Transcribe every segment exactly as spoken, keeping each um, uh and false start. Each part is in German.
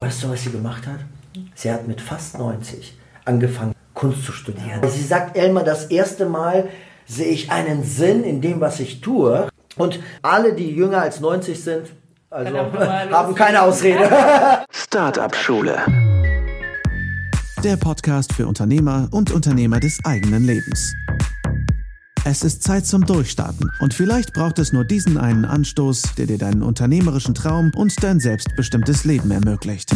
Weißt du, was sie gemacht hat? Sie hat mit fast neunzig angefangen, Kunst zu studieren. Sie sagt, Elmar, das erste Mal sehe ich einen Sinn in dem, was ich tue. Und alle, die jünger als neunzig sind, also haben keine Ausrede. Startup-Schule. Der Podcast für Unternehmer und Unternehmer des eigenen Lebens. Es ist Zeit zum Durchstarten und vielleicht braucht es nur diesen einen Anstoß, der dir deinen unternehmerischen Traum und dein selbstbestimmtes Leben ermöglicht.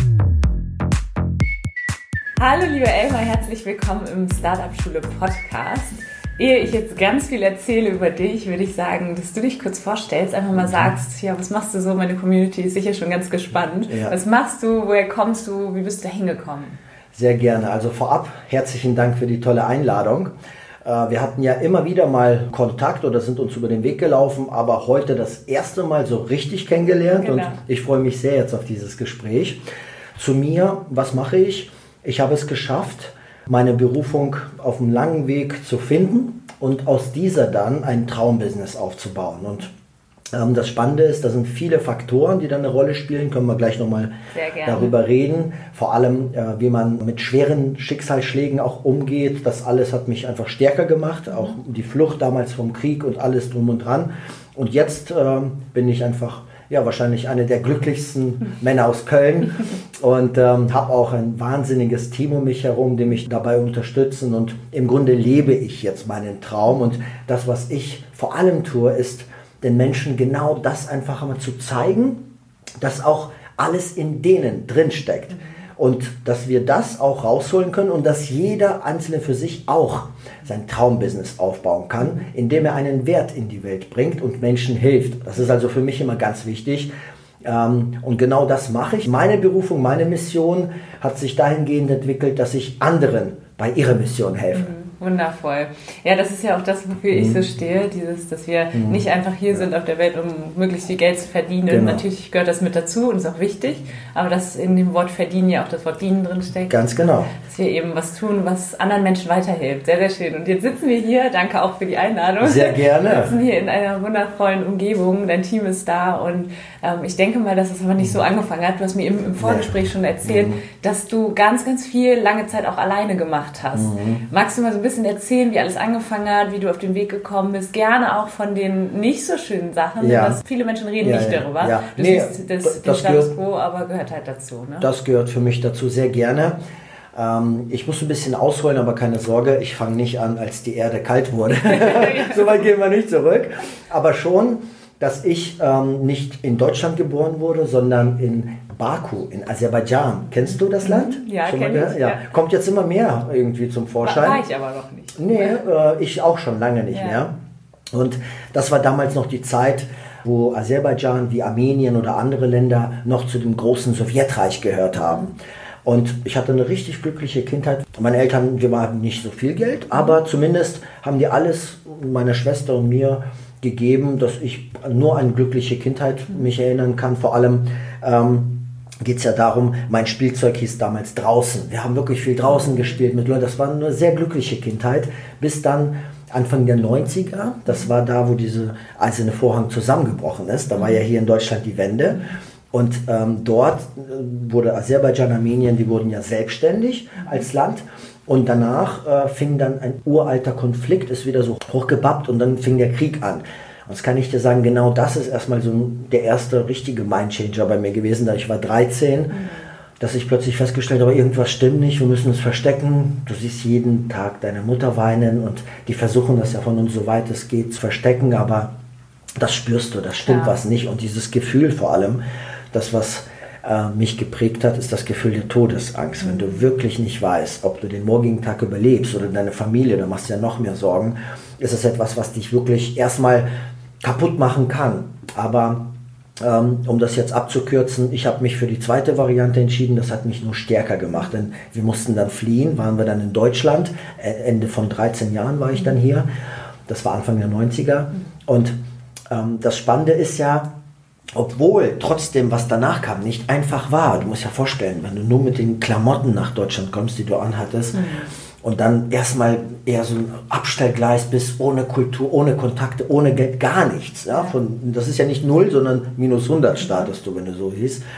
Hallo liebe Elmar, herzlich willkommen im Startup-Schule Podcast. Ehe ich jetzt ganz viel erzähle über dich, würde ich sagen, dass du dich kurz vorstellst, einfach mal sagst, ja, was machst du so? Meine Community ist sicher schon ganz gespannt. Ja. Was machst du? Woher kommst du? Wie bist du da hingekommen? Sehr gerne. Also vorab herzlichen Dank für die tolle Einladung. Wir hatten ja immer wieder mal Kontakt oder sind uns über den Weg gelaufen, aber heute das erste Mal so richtig kennengelernt. Genau. Und ich freue mich sehr jetzt auf dieses Gespräch. Zu mir, was mache ich? Ich habe es geschafft, meine Berufung auf einem langen Weg zu finden und aus dieser dann ein Traumbusiness aufzubauen. Und ähm, das Spannende ist, da sind viele Faktoren, die da eine Rolle spielen, können wir gleich nochmal darüber reden. Vor allem, äh, wie man mit schweren Schicksalsschlägen auch umgeht. Das alles hat mich einfach stärker gemacht, auch die Flucht damals vom Krieg und alles drum und dran. Und jetzt äh, bin ich einfach ja, wahrscheinlich eine der glücklichsten Männer aus Köln und ähm, habe auch ein wahnsinniges Team um mich herum, die mich dabei unterstützen, und im Grunde lebe ich jetzt meinen Traum, und das, was ich vor allem tue, ist, den Menschen genau das einfach einmal zu zeigen, dass auch alles in denen drinsteckt. Und dass wir das auch rausholen können und dass jeder Einzelne für sich auch sein Traumbusiness aufbauen kann, indem er einen Wert in die Welt bringt und Menschen hilft. Das ist also für mich immer ganz wichtig. Und genau das mache ich. Meine Berufung, meine Mission hat sich dahingehend entwickelt, dass ich anderen bei ihrer Mission helfe. Mhm. Wundervoll. Ja, das ist ja auch das, wofür ich so stehe, dieses, dass wir mhm. nicht einfach hier sind auf der Welt, um möglichst viel Geld zu verdienen. Genau. Natürlich gehört das mit dazu und ist auch wichtig, aber dass in dem Wort verdienen ja auch das Wort dienen drin steckt. Ganz genau. Dass wir eben was tun, was anderen Menschen weiterhilft. Sehr, sehr schön. Und jetzt sitzen wir hier, danke auch für die Einladung. Sehr gerne. Wir sitzen hier in einer wundervollen Umgebung, dein Team ist da, und ähm, ich denke mal, dass es aber nicht so angefangen hat. Du hast mir eben im Vorgespräch schon erzählt, mhm. dass du ganz, ganz viel lange Zeit auch alleine gemacht hast. Mhm. Magst du mal so ein bisschen erzählen, wie alles angefangen hat, wie du auf den Weg gekommen bist? Gerne auch von den nicht so schönen Sachen. Ja. Dass viele Menschen reden ja, nicht ja, darüber. Ja. Du nee, siehst das, das, das Status Quo, aber gehört halt dazu. Ne? Das gehört für mich dazu sehr gerne. Ähm, ich muss ein bisschen ausholen, aber keine Sorge, ich fange nicht an, als die Erde kalt wurde. So weit gehen wir nicht zurück. Aber schon, dass ich ähm, nicht in Deutschland geboren wurde, sondern in Baku, in Aserbaidschan. Kennst du das Land? Ja, kenne ich. Ja. Ja. Kommt jetzt immer mehr irgendwie zum Vorschein. War ich aber noch nicht. Nee, äh, ich auch schon lange nicht ja. mehr. Und das war damals noch die Zeit, wo Aserbaidschan wie Armenien oder andere Länder noch zu dem großen Sowjetreich gehört haben. Und ich hatte eine richtig glückliche Kindheit. Meine Eltern, wir hatten nicht so viel Geld, aber zumindest haben die alles meiner Schwester und mir gegeben, dass ich nur an eine glückliche Kindheit mich erinnern kann. Vor allem ähm, geht es ja darum, mein Spielzeug hieß damals Draußen. Wir haben wirklich viel draußen gespielt mit Leuten. Das war eine sehr glückliche Kindheit, bis dann Anfang der neunziger, das war da, wo dieser eiserne Vorhang zusammengebrochen ist. Da war ja hier in Deutschland die Wende. Und ähm, dort wurde Aserbaidschan, Armenien, die wurden ja selbstständig als Land. Und danach äh, fing dann ein uralter Konflikt, ist wieder so hochgebappt, und dann fing der Krieg an. Und das kann ich dir sagen, genau das ist erstmal so der erste richtige Mindchanger bei mir gewesen, da ich war dreizehn, mhm. dass ich plötzlich festgestellt habe, irgendwas stimmt nicht, wir müssen es verstecken. Du siehst jeden Tag deine Mutter weinen, und die versuchen das ja von uns, soweit es geht, zu verstecken, aber das spürst du, das stimmt ja. was nicht. Und dieses Gefühl vor allem, das was äh, mich geprägt hat, ist das Gefühl der Todesangst. Mhm. Wenn du wirklich nicht weißt, ob du den morgigen Tag überlebst oder deine Familie, dann machst du ja noch mehr Sorgen, ist es etwas, was dich wirklich erstmal kaputt machen kann. Aber ähm, um das jetzt abzukürzen, ich habe mich für die zweite Variante entschieden. Das hat mich nur stärker gemacht, denn wir mussten dann fliehen, waren wir dann in Deutschland. Ende von dreizehn Jahren war ich dann hier. Das war Anfang der neunziger. Und ähm, das Spannende ist ja, obwohl trotzdem, was danach kam, nicht einfach war. Du musst ja vorstellen, wenn du nur mit den Klamotten nach Deutschland kommst, die du anhattest, mhm. und dann erstmal eher so ein Abstellgleis bist, ohne Kultur, ohne Kontakte, ohne Geld, gar nichts. Ja? Von, das ist ja nicht null, sondern minus hundert startest du, wenn du so siehst.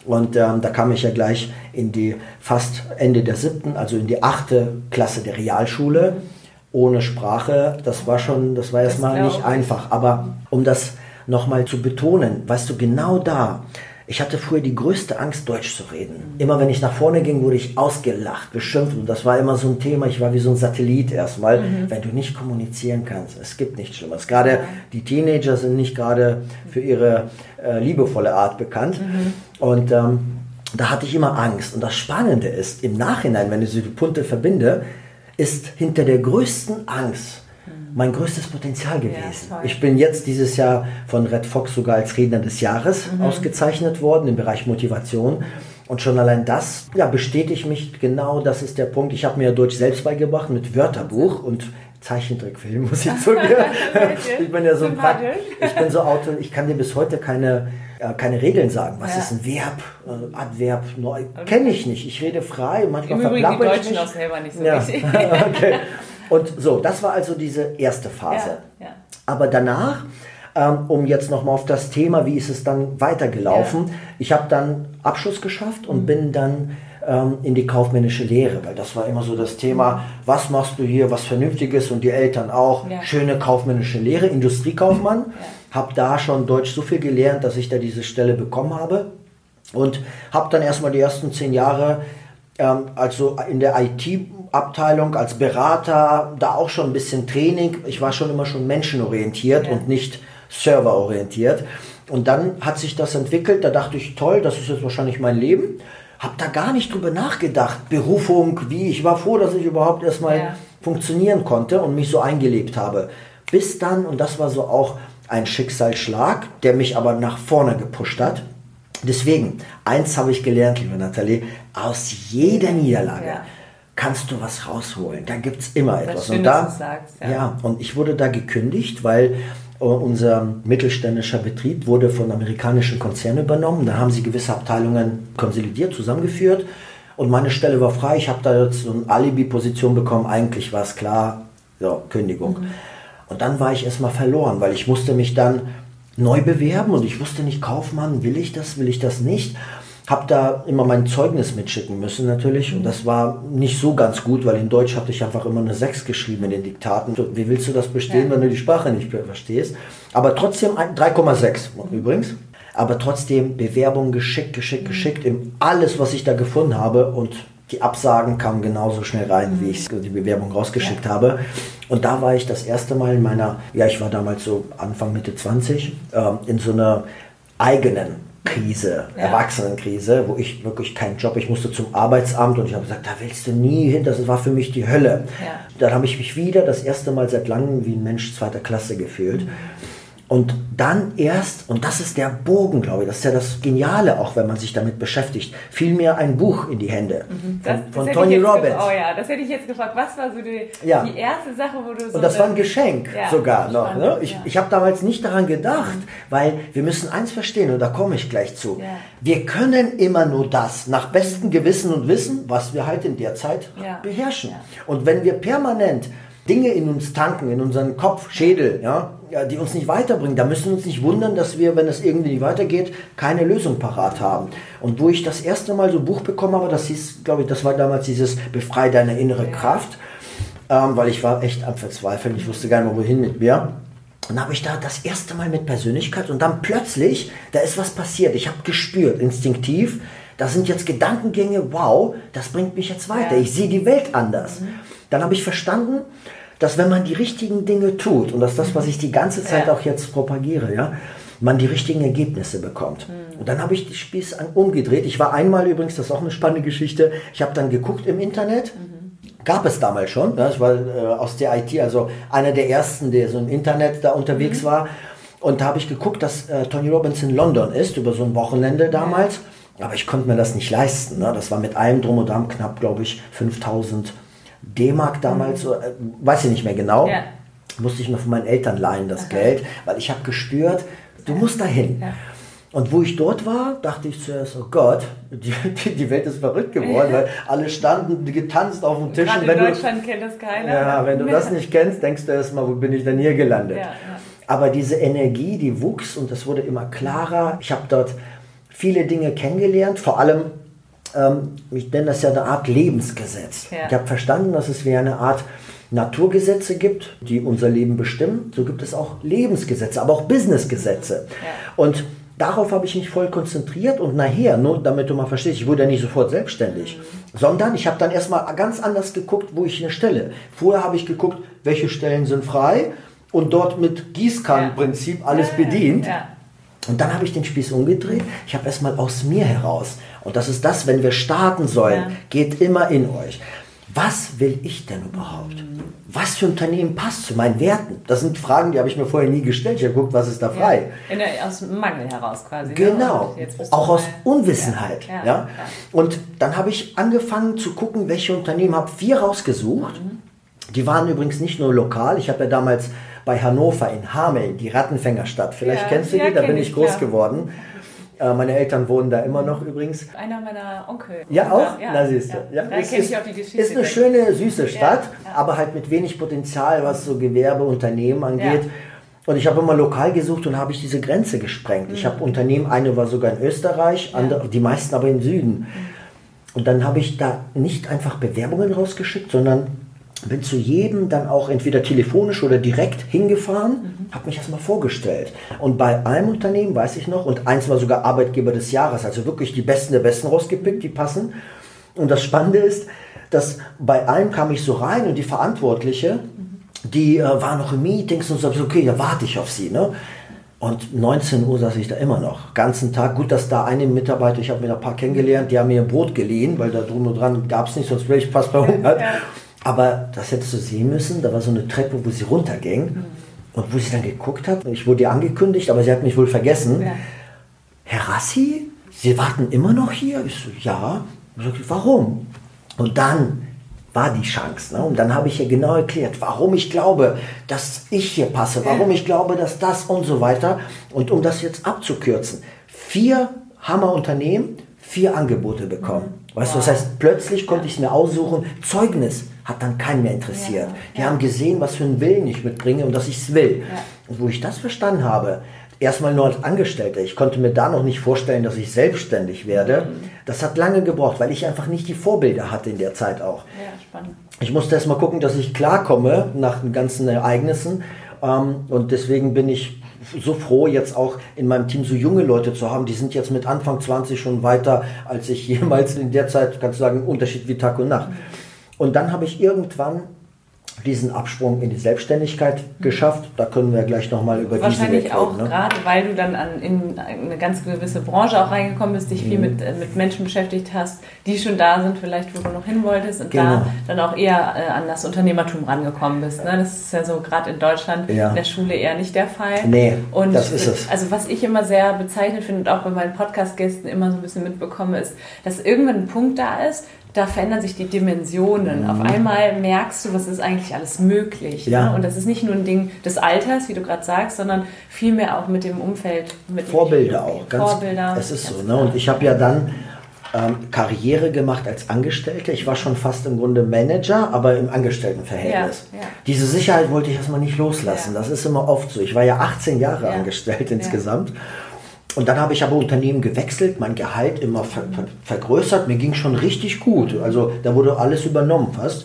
Und ähm, da kam ich ja gleich in die fast Ende der siebten, also in die achte Klasse der Realschule. Ohne Sprache, das war schon, das war erstmal nicht einfach. Aber um das nochmal zu betonen, weißt du, genau da, ich hatte früher die größte Angst, Deutsch zu reden. Immer wenn ich nach vorne ging, wurde ich ausgelacht, beschimpft. Und das war immer so ein Thema, ich war wie so ein Satellit erstmal. Mhm. Wenn du nicht kommunizieren kannst, es gibt nichts Schlimmeres. Gerade ja. die Teenager sind nicht gerade für ihre äh, liebevolle Art bekannt. Mhm. Und ähm, da hatte ich immer Angst. Und das Spannende ist, im Nachhinein, wenn ich so die Punkte verbinde, ist hinter der größten Angst mein größtes Potenzial gewesen. Ja, ich bin jetzt dieses Jahr von Red Fox sogar als Redner des Jahres mhm. ausgezeichnet worden im Bereich Motivation. Und schon allein das ja, bestätigt mich genau, das ist der Punkt. Ich habe mir Deutsch selbst beigebracht mit Wörterbuch und Zeichentrickfilm, muss ich zugeben. Ich bin ja so ein Pack, ich bin so Auto, ich kann dir bis heute keine, äh, keine Regeln sagen. Was ja. ist ein Verb, äh, Adverb, neu, kenne ich nicht. Ich rede frei, manchmal verplapper ich mich. Die Deutschen auch selber nicht so ja. richtig. Okay. Und so, das war also diese erste Phase. Ja, ja. Aber danach, ähm, um jetzt nochmal auf das Thema, wie ist es dann weitergelaufen? Ja. Ich habe dann Abschluss geschafft und mhm. bin dann ähm, in die kaufmännische Lehre, weil das war immer so das Thema, was machst du hier, was Vernünftiges und die Eltern auch. Ja. Schöne kaufmännische Lehre, Industriekaufmann. Ja. Habe da schon Deutsch so viel gelernt, dass ich da diese Stelle bekommen habe. Und habe dann erstmal die ersten zehn Jahre ähm, also in der I T Abteilung als Berater, da auch schon ein bisschen Training. Ich war schon immer schon menschenorientiert ja. und nicht serverorientiert. Und dann hat sich das entwickelt, da dachte ich, toll, das ist jetzt wahrscheinlich mein Leben. Hab da gar nicht drüber nachgedacht, Berufung, wie. Ich war froh, dass ich überhaupt erstmal ja. funktionieren konnte und mich so eingelebt habe. Bis dann, und das war so auch ein Schicksalsschlag, der mich aber nach vorne gepusht hat. Deswegen, eins habe ich gelernt, liebe Nathalie, aus jeder Niederlage ja. kannst du was rausholen. Da gibt es immer etwas. Schön, und da, dass du sagst, ja. ja, und ich wurde da gekündigt, weil uh, unser mittelständischer Betrieb wurde von amerikanischen Konzernen übernommen. Da haben sie gewisse Abteilungen konsolidiert, zusammengeführt. Und meine Stelle war frei. Ich habe da jetzt so eine Alibi-Position bekommen. Eigentlich war es klar, so, Kündigung. Mhm. Und dann war ich erstmal verloren, weil ich musste mich dann neu bewerben und ich wusste nicht, Kaufmann, will ich das, will ich das nicht? Habe da immer mein Zeugnis mitschicken müssen natürlich und das war nicht so ganz gut, weil in Deutsch hatte ich einfach immer eine sechs geschrieben in den Diktaten. Wie willst du das bestehen, ja. wenn du die Sprache nicht verstehst? Aber trotzdem drei Komma sechs mhm. übrigens. Aber trotzdem Bewerbung geschickt, geschickt, mhm. geschickt in alles, was ich da gefunden habe und die Absagen kamen genauso schnell rein, mhm. wie ich die Bewerbung rausgeschickt ja. habe. Und da war ich das erste Mal in meiner, ja ich war damals so Anfang, Mitte zwanzig, ähm, in so einer eigenen Krise, ja. Erwachsenenkrise, wo ich wirklich keinen Job, ich musste zum Arbeitsamt und ich habe gesagt, da willst du nie hin, das war für mich die Hölle. Ja. Dann habe ich mich wieder das erste Mal seit langem wie ein Mensch zweiter Klasse gefühlt. Mhm. Und dann erst, und das ist der Bogen, glaube ich, das ist ja das Geniale, auch wenn man sich damit beschäftigt, fiel mir ein Buch in die Hände mhm. das, von, von Tony Robbins. Oh ja, das hätte ich jetzt gefragt. Was war so die, ja. die erste Sache, wo du so... Und das war ein Geschenk ja, sogar noch. Ne? Ich, ja. ich habe damals nicht daran gedacht, mhm. weil wir müssen eins verstehen, und da komme ich gleich zu. Ja. Wir können immer nur das, nach bestem Gewissen und Wissen, was wir halt in der Zeit ja. beherrschen. Ja. Und wenn wir permanent Dinge in uns tanken, in unseren Kopf, Schädel, ja, ja, die uns nicht weiterbringen. Da müssen wir uns nicht wundern, dass wir, wenn es irgendwie nicht weitergeht, keine Lösung parat haben. Und wo ich das erste Mal so ein Buch bekommen habe, das hieß, glaube ich, das war damals dieses Befrei deine innere ja. Kraft, ähm, weil ich war echt am Verzweifeln, ich wusste gar nicht mehr, wohin mit mir. Und habe ich da das erste Mal mit Persönlichkeit und dann plötzlich, da ist was passiert. Ich habe gespürt, instinktiv, da sind jetzt Gedankengänge, wow, das bringt mich jetzt weiter. Ja. Ich sehe die Welt anders. Mhm. Dann habe ich verstanden, dass wenn man die richtigen Dinge tut, und das ist das, was ich die ganze Zeit ja. auch jetzt propagiere, ja, man die richtigen Ergebnisse bekommt. Mhm. Und dann habe ich die Spieß umgedreht. Ich war einmal übrigens, das ist auch eine spannende Geschichte, ich habe dann geguckt im Internet, mhm. gab es damals schon, ja, ich war äh, aus der I T, also einer der ersten, der so im Internet da unterwegs mhm. war, und da habe ich geguckt, dass äh, Tony Robbins in London ist, über so ein Wochenende damals, ja. aber ich konnte mir das nicht leisten, ne? Das war mit allem drum und dran knapp, glaube ich, fünftausend D-Mark damals, mhm. äh, weiß ich nicht mehr genau, ja. musste ich mir von meinen Eltern leihen, das Aha. Geld, weil ich habe gespürt, du ja. musst dahin. Ja. Und wo ich dort war, dachte ich zuerst, oh Gott, die, die Welt ist verrückt geworden, weil alle standen getanzt auf dem Tisch. Gerade in Deutschland du, kennt das keiner. Ja, wenn du das nicht kennst, denkst du erst mal, wo bin ich denn hier gelandet? Ja, ja. Aber diese Energie, die wuchs und das wurde immer klarer. Ich habe dort viele Dinge kennengelernt, vor allem, ähm, ich nenne das ja eine Art Lebensgesetz. Ja. Ich habe verstanden, dass es wie eine Art Naturgesetze gibt, die unser Leben bestimmen. So gibt es auch Lebensgesetze, aber auch Businessgesetze. Ja. Und darauf habe ich mich voll konzentriert und nachher, nur damit du mal verstehst, ich wurde ja nicht sofort selbstständig, mhm. sondern ich habe dann erstmal ganz anders geguckt, wo ich eine Stelle. Vorher habe ich geguckt, welche Stellen sind frei und dort mit Gießkannenprinzip alles ja, bedient. Ja, ja. Und dann habe ich den Spieß umgedreht. Ich habe erstmal aus mir heraus. Und das ist das, wenn wir starten sollen, ja. geht immer in euch. Was will ich denn überhaupt? Was für ein Unternehmen passt zu meinen Werten? Das sind Fragen, die habe ich mir vorher nie gestellt. Ich habe geguckt, was ist da frei? Ja, in der, aus Mangel heraus quasi. Genau, ne? Auch aus Unwissenheit. Ja, ja, ja. Ja. Und dann habe ich angefangen zu gucken, welche Unternehmen, habe vier rausgesucht. Mhm. Die waren übrigens nicht nur lokal. Ich habe ja damals bei Hannover in Hameln, die Rattenfängerstadt. Vielleicht ja, kennst du die, ja, da bin ich, ich groß klar. geworden. Meine Eltern wohnen da immer noch übrigens. Einer meiner Onkel. Ja, auch? Ja, na siehst du. Ja. Ja. Da kenne ich auch die Geschichte. Ist eine schöne, süße Stadt, ja, ja. aber halt mit wenig Potenzial, was so Gewerbe, Unternehmen angeht. Ja. Und ich habe immer lokal gesucht und habe ich diese Grenze gesprengt. Mhm. Ich habe Unternehmen, eine war sogar in Österreich, andere, ja. die meisten aber im Süden. Mhm. Und dann habe ich da nicht einfach Bewerbungen rausgeschickt, sondern bin zu jedem dann auch entweder telefonisch oder direkt hingefahren, mhm. habe mich erstmal vorgestellt. Und bei einem Unternehmen, weiß ich noch, und eins war sogar Arbeitgeber des Jahres, also wirklich die Besten der Besten rausgepickt, die passen. Und das Spannende ist, dass bei einem kam ich so rein und die Verantwortliche, mhm. die äh, war noch in Meetings und so, okay, da warte ich auf sie, ne? Und neunzehn Uhr saß ich da immer noch, ganzen Tag. Gut, dass da eine Mitarbeiter, ich habe mir da ein paar kennengelernt, die haben mir ein Brot geliehen, weil da drum und dran gab es nicht, sonst wäre ich fast verhungert. Ja. Aber das hättest du sehen müssen, da war so eine Treppe, wo sie runterging mhm. und wo sie dann geguckt hat. Ich wurde ihr angekündigt, aber sie hat mich wohl vergessen. Ja. Herr Rassi, Sie warten immer noch hier? Ich so, ja. Ich so, warum? Und dann war die Chance. Ne? Und dann habe ich ihr genau erklärt, warum ich glaube, dass ich hier passe, warum ich glaube, dass das und so weiter. Und um das jetzt abzukürzen, vier Hammerunternehmen, vier Angebote bekommen. Mhm. Weißt wow. du, das heißt, plötzlich konnte ich es mir aussuchen, Zeugnis hat dann keinen mehr interessiert. Ja, die ja. haben gesehen, was für einen Willen ich mitbringe und dass ich es will. Ja. Und wo ich das verstanden habe, erstmal nur als Angestellter, ich konnte mir da noch nicht vorstellen, dass ich selbstständig werde. Mhm. Das hat lange gebraucht, weil ich einfach nicht die Vorbilder hatte in der Zeit auch. Ja, spannend. Ich musste erst mal gucken, dass ich klarkomme nach den ganzen Ereignissen. Und deswegen bin ich so froh, jetzt auch in meinem Team so junge Leute zu haben. Die sind jetzt mit Anfang zwanzig schon weiter, als ich jemals in der Zeit, kannst du sagen, Unterschied wie Tag und Nacht. Und dann habe ich irgendwann diesen Absprung in die Selbstständigkeit geschafft. Da können wir gleich nochmal über diese Wahrscheinlich auch, ne? Gerade weil du dann an, in eine ganz gewisse Branche auch reingekommen bist, dich viel mhm. mit, mit Menschen beschäftigt hast, die schon da sind, vielleicht wo du noch hin wolltest und genau. da dann auch eher äh, an das Unternehmertum rangekommen bist. Ne? Das ist ja so gerade in Deutschland ja. in der Schule eher nicht der Fall. Nee, und das ist es. Also was ich immer sehr bezeichnet finde und auch bei meinen Podcast-Gästen immer so ein bisschen mitbekomme, ist, dass irgendwann ein Punkt da ist, da verändern sich die Dimensionen. Mhm. Auf einmal merkst du, was ist eigentlich alles möglich. Ja. Ne? Und das ist nicht nur ein Ding des Alters, wie du gerade sagst, sondern vielmehr auch mit dem Umfeld. Mit Vorbilder auch. Ganz, Vorbilder. Es ist so. Ne? Und ich habe ja dann ähm, Karriere gemacht als Angestellter. Ich war schon fast im Grunde Manager, aber im Angestelltenverhältnis. Ja, ja. Diese Sicherheit wollte ich erstmal nicht loslassen. Ja. Das ist immer oft so. Ich war ja achtzehn Jahre ja. angestellt insgesamt. Ja. Und dann habe ich aber Unternehmen gewechselt, mein Gehalt immer ver- ver- vergrößert, mir ging schon richtig gut, also da wurde alles übernommen fast.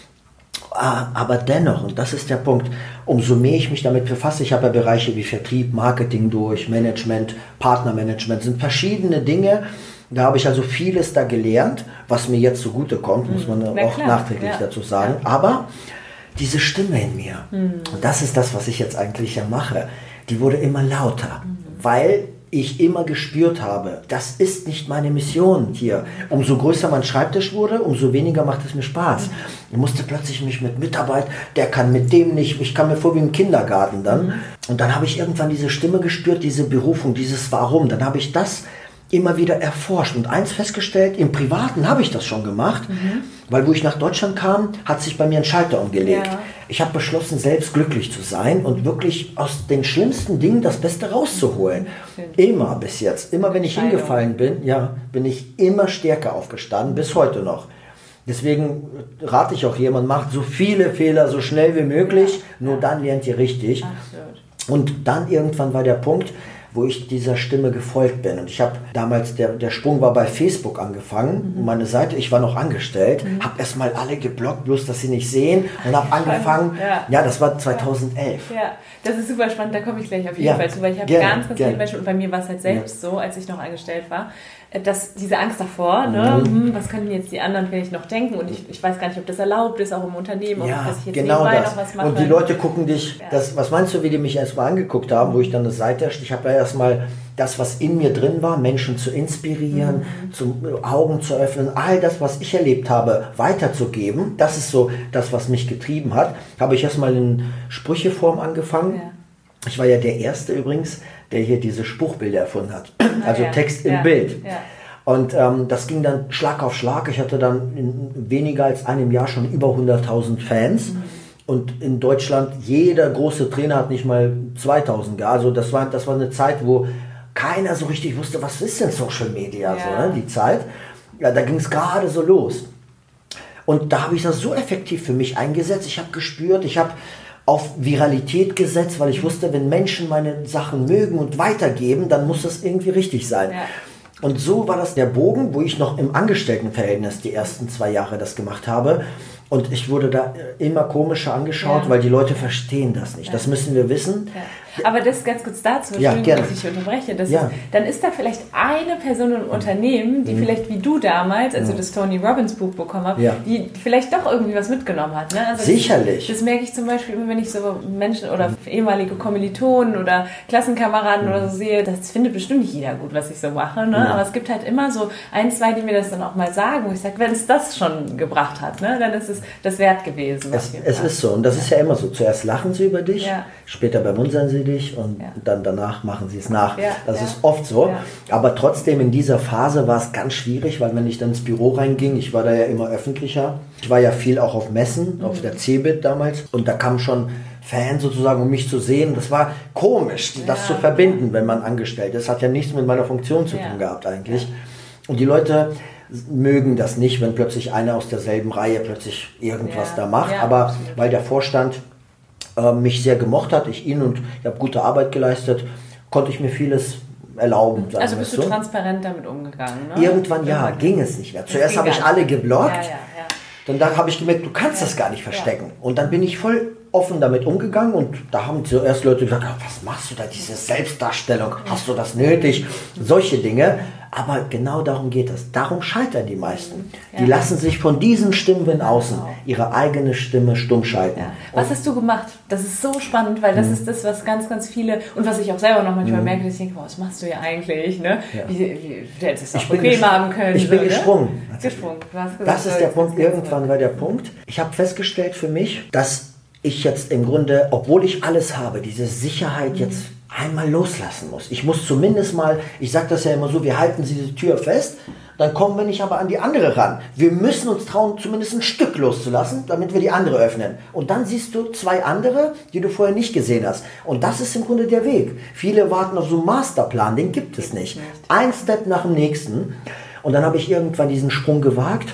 Aber dennoch, und das ist der Punkt, umso mehr ich mich damit befasse, ich habe ja Bereiche wie Vertrieb, Marketing durch, Management, Partnermanagement, sind verschiedene Dinge, da habe ich also vieles da gelernt, was mir jetzt zugutekommt, muss man Na auch klar, nachträglich ja. dazu sagen, ja. aber diese Stimme in mir, mhm. und das ist das, was ich jetzt eigentlich ja mache, die wurde immer lauter, mhm. weil ich immer gespürt habe, das ist nicht meine Mission hier. Umso größer mein Schreibtisch wurde, umso weniger macht es mir Spaß. Ich musste plötzlich mich mit Mitarbeit, der kann mit dem nicht, ich kam mir vor wie im Kindergarten dann. Mhm. Und dann habe ich irgendwann diese Stimme gespürt, diese Berufung, dieses Warum. Dann habe ich das immer wieder erforscht und eins festgestellt, im Privaten habe ich das schon gemacht, mhm. weil wo ich nach Deutschland kam, hat sich bei mir ein Schalter umgelegt. Ja. Ich habe beschlossen, selbst glücklich zu sein und wirklich aus den schlimmsten Dingen das Beste rauszuholen. Mhm. Immer bis jetzt, immer wenn ich hingefallen bin, ja, bin ich immer stärker aufgestanden, bis heute noch. Deswegen rate ich auch jemand, macht so viele Fehler so schnell wie möglich, ja. nur dann lernt ihr richtig. Absolut. Und dann irgendwann war der Punkt, wo ich dieser Stimme gefolgt bin. Und ich habe damals, der, der Sprung war bei Facebook angefangen, mhm. meine Seite, ich war noch angestellt, mhm. habe erstmal alle geblockt, bloß dass sie nicht sehen und habe angefangen, ja. ja, das war zweitausendelf. Ja, das ist super spannend, da komme ich gleich auf jeden ja. Fall zu, weil ich habe ganz, ganz viele Menschen, und bei mir war es halt selbst ja. so, als ich noch angestellt war, dass diese Angst davor, ne, mhm. hm, was können jetzt die anderen vielleicht noch denken, und ich, ich weiß gar nicht, ob das erlaubt ist, auch im Unternehmen, ja, ob dass ich jetzt genau nebenbei das. noch was mache. Und die Leute gucken dich, ja. das, was meinst du, wie die mich erstmal angeguckt haben, wo ich dann eine Seite, ich habe ja erstmal das, was in mir drin war, Menschen zu inspirieren, mhm. zu, Augen zu öffnen, all das, was ich erlebt habe, weiterzugeben, das ist so das, was mich getrieben hat, habe ich erstmal in Sprücheform angefangen. Ja. Ich war ja der Erste übrigens, der hier diese Spruchbilder erfunden hat, also ja. Text im ja. Bild. Ja. Und ähm, das ging dann Schlag auf Schlag. Ich hatte dann in weniger als einem Jahr schon über hunderttausend Fans. Mhm. Und in Deutschland, jeder große Trainer hat nicht mal zweitausend. Also das war, das war eine Zeit, wo keiner so richtig wusste, was ist denn Social Media, ja. so, ne, die Zeit. Ja, da ging es gerade so los. Und da habe ich das so effektiv für mich eingesetzt. Ich habe gespürt, ich habe auf Viralität gesetzt, weil ich wusste, wenn Menschen meine Sachen mögen und weitergeben, dann muss das irgendwie richtig sein. Ja. Und so war das der Bogen, wo ich noch im Angestelltenverhältnis die ersten zwei Jahre das gemacht habe. Und ich wurde da immer komischer angeschaut, ja. weil die Leute verstehen das nicht. Ja. Das müssen wir wissen. Ja. Aber das ganz kurz dazu, Entschuldigung, ja, dass ich unterbreche. Das ja. ist, dann ist da vielleicht eine Person im Unternehmen, die mhm. vielleicht wie du damals, als mhm. du das Tony Robbins Buch bekommen hast, ja. die vielleicht doch irgendwie was mitgenommen hat. Ne? Also Sicherlich. Das, das merke ich zum Beispiel immer, wenn ich so Menschen oder ehemalige Kommilitonen oder Klassenkameraden mhm. oder so sehe. Das findet bestimmt nicht jeder gut, was ich so mache. Ne? Ja. Aber es gibt halt immer so ein, zwei, die mir das dann auch mal sagen, wo ich sage, wenn es das schon gebracht hat, ne, dann ist es das wert gewesen. Es, es ist so. Und das ja. ist ja immer so. Zuerst lachen sie über dich, ja. später bemuntern sie dich und ja. dann danach machen sie es nach. Ja. Das ja. ist oft so. Ja. Aber trotzdem in dieser Phase war es ganz schwierig, weil wenn ich dann ins Büro reinging, ich war da ja immer öffentlicher. Ich war ja viel auch auf Messen, mhm. auf der Cebit damals. Und da kamen schon Fans sozusagen, um mich zu sehen. Das war komisch, das ja. zu verbinden, wenn man angestellt ist. Das hat ja nichts mit meiner Funktion zu ja. tun gehabt eigentlich. Ja. Und die Leute mögen das nicht, wenn plötzlich einer aus derselben Reihe plötzlich irgendwas ja. da macht. Ja, aber absolut. Weil der Vorstand äh, mich sehr gemocht hat, ich ihn, und ich habe gute Arbeit geleistet, konnte ich mir vieles erlauben. Also bist du so transparent damit umgegangen? Ne? Irgendwann ja, Irgendwann ging es nicht mehr. Zuerst habe ich alle geblockt, ja, ja, ja. dann da habe ich gemerkt, du kannst ja. das gar nicht verstecken. Ja. Und dann bin ich voll offen damit umgegangen, und da haben zuerst Leute gesagt, was machst du da, diese Selbstdarstellung, hast du das nötig, solche Dinge. Aber genau darum geht es. Darum scheitern die meisten. Ja. Die lassen sich von diesen Stimmen von außen ihre eigene Stimme stumm schalten. Ja. Was hast du gemacht? Das ist so spannend, weil das mhm. ist das, was ganz, ganz viele, und was ich auch selber noch manchmal mhm. merke, dass ich denke, was machst du hier eigentlich? Ne? Ja. Wie, wie, du hättest es auch bequem haben können. Ich bin so, gesprungen. Ne? Gesprungen. Du hast gesagt, das ist der Punkt. Irgendwann war der Punkt. Ich habe festgestellt für mich, dass ich jetzt im Grunde, obwohl ich alles habe, diese Sicherheit mhm. jetzt einmal loslassen muss. Ich muss zumindest mal, ich sage das ja immer so, wir halten diese Tür fest, dann kommen wir nicht aber an die andere ran. Wir müssen uns trauen, zumindest ein Stück loszulassen, damit wir die andere öffnen. Und dann siehst du zwei andere, die du vorher nicht gesehen hast. Und das ist im Grunde der Weg. Viele warten auf so einen Masterplan, den gibt es nicht. Ein Step nach dem nächsten. Und dann habe ich irgendwann diesen Sprung gewagt,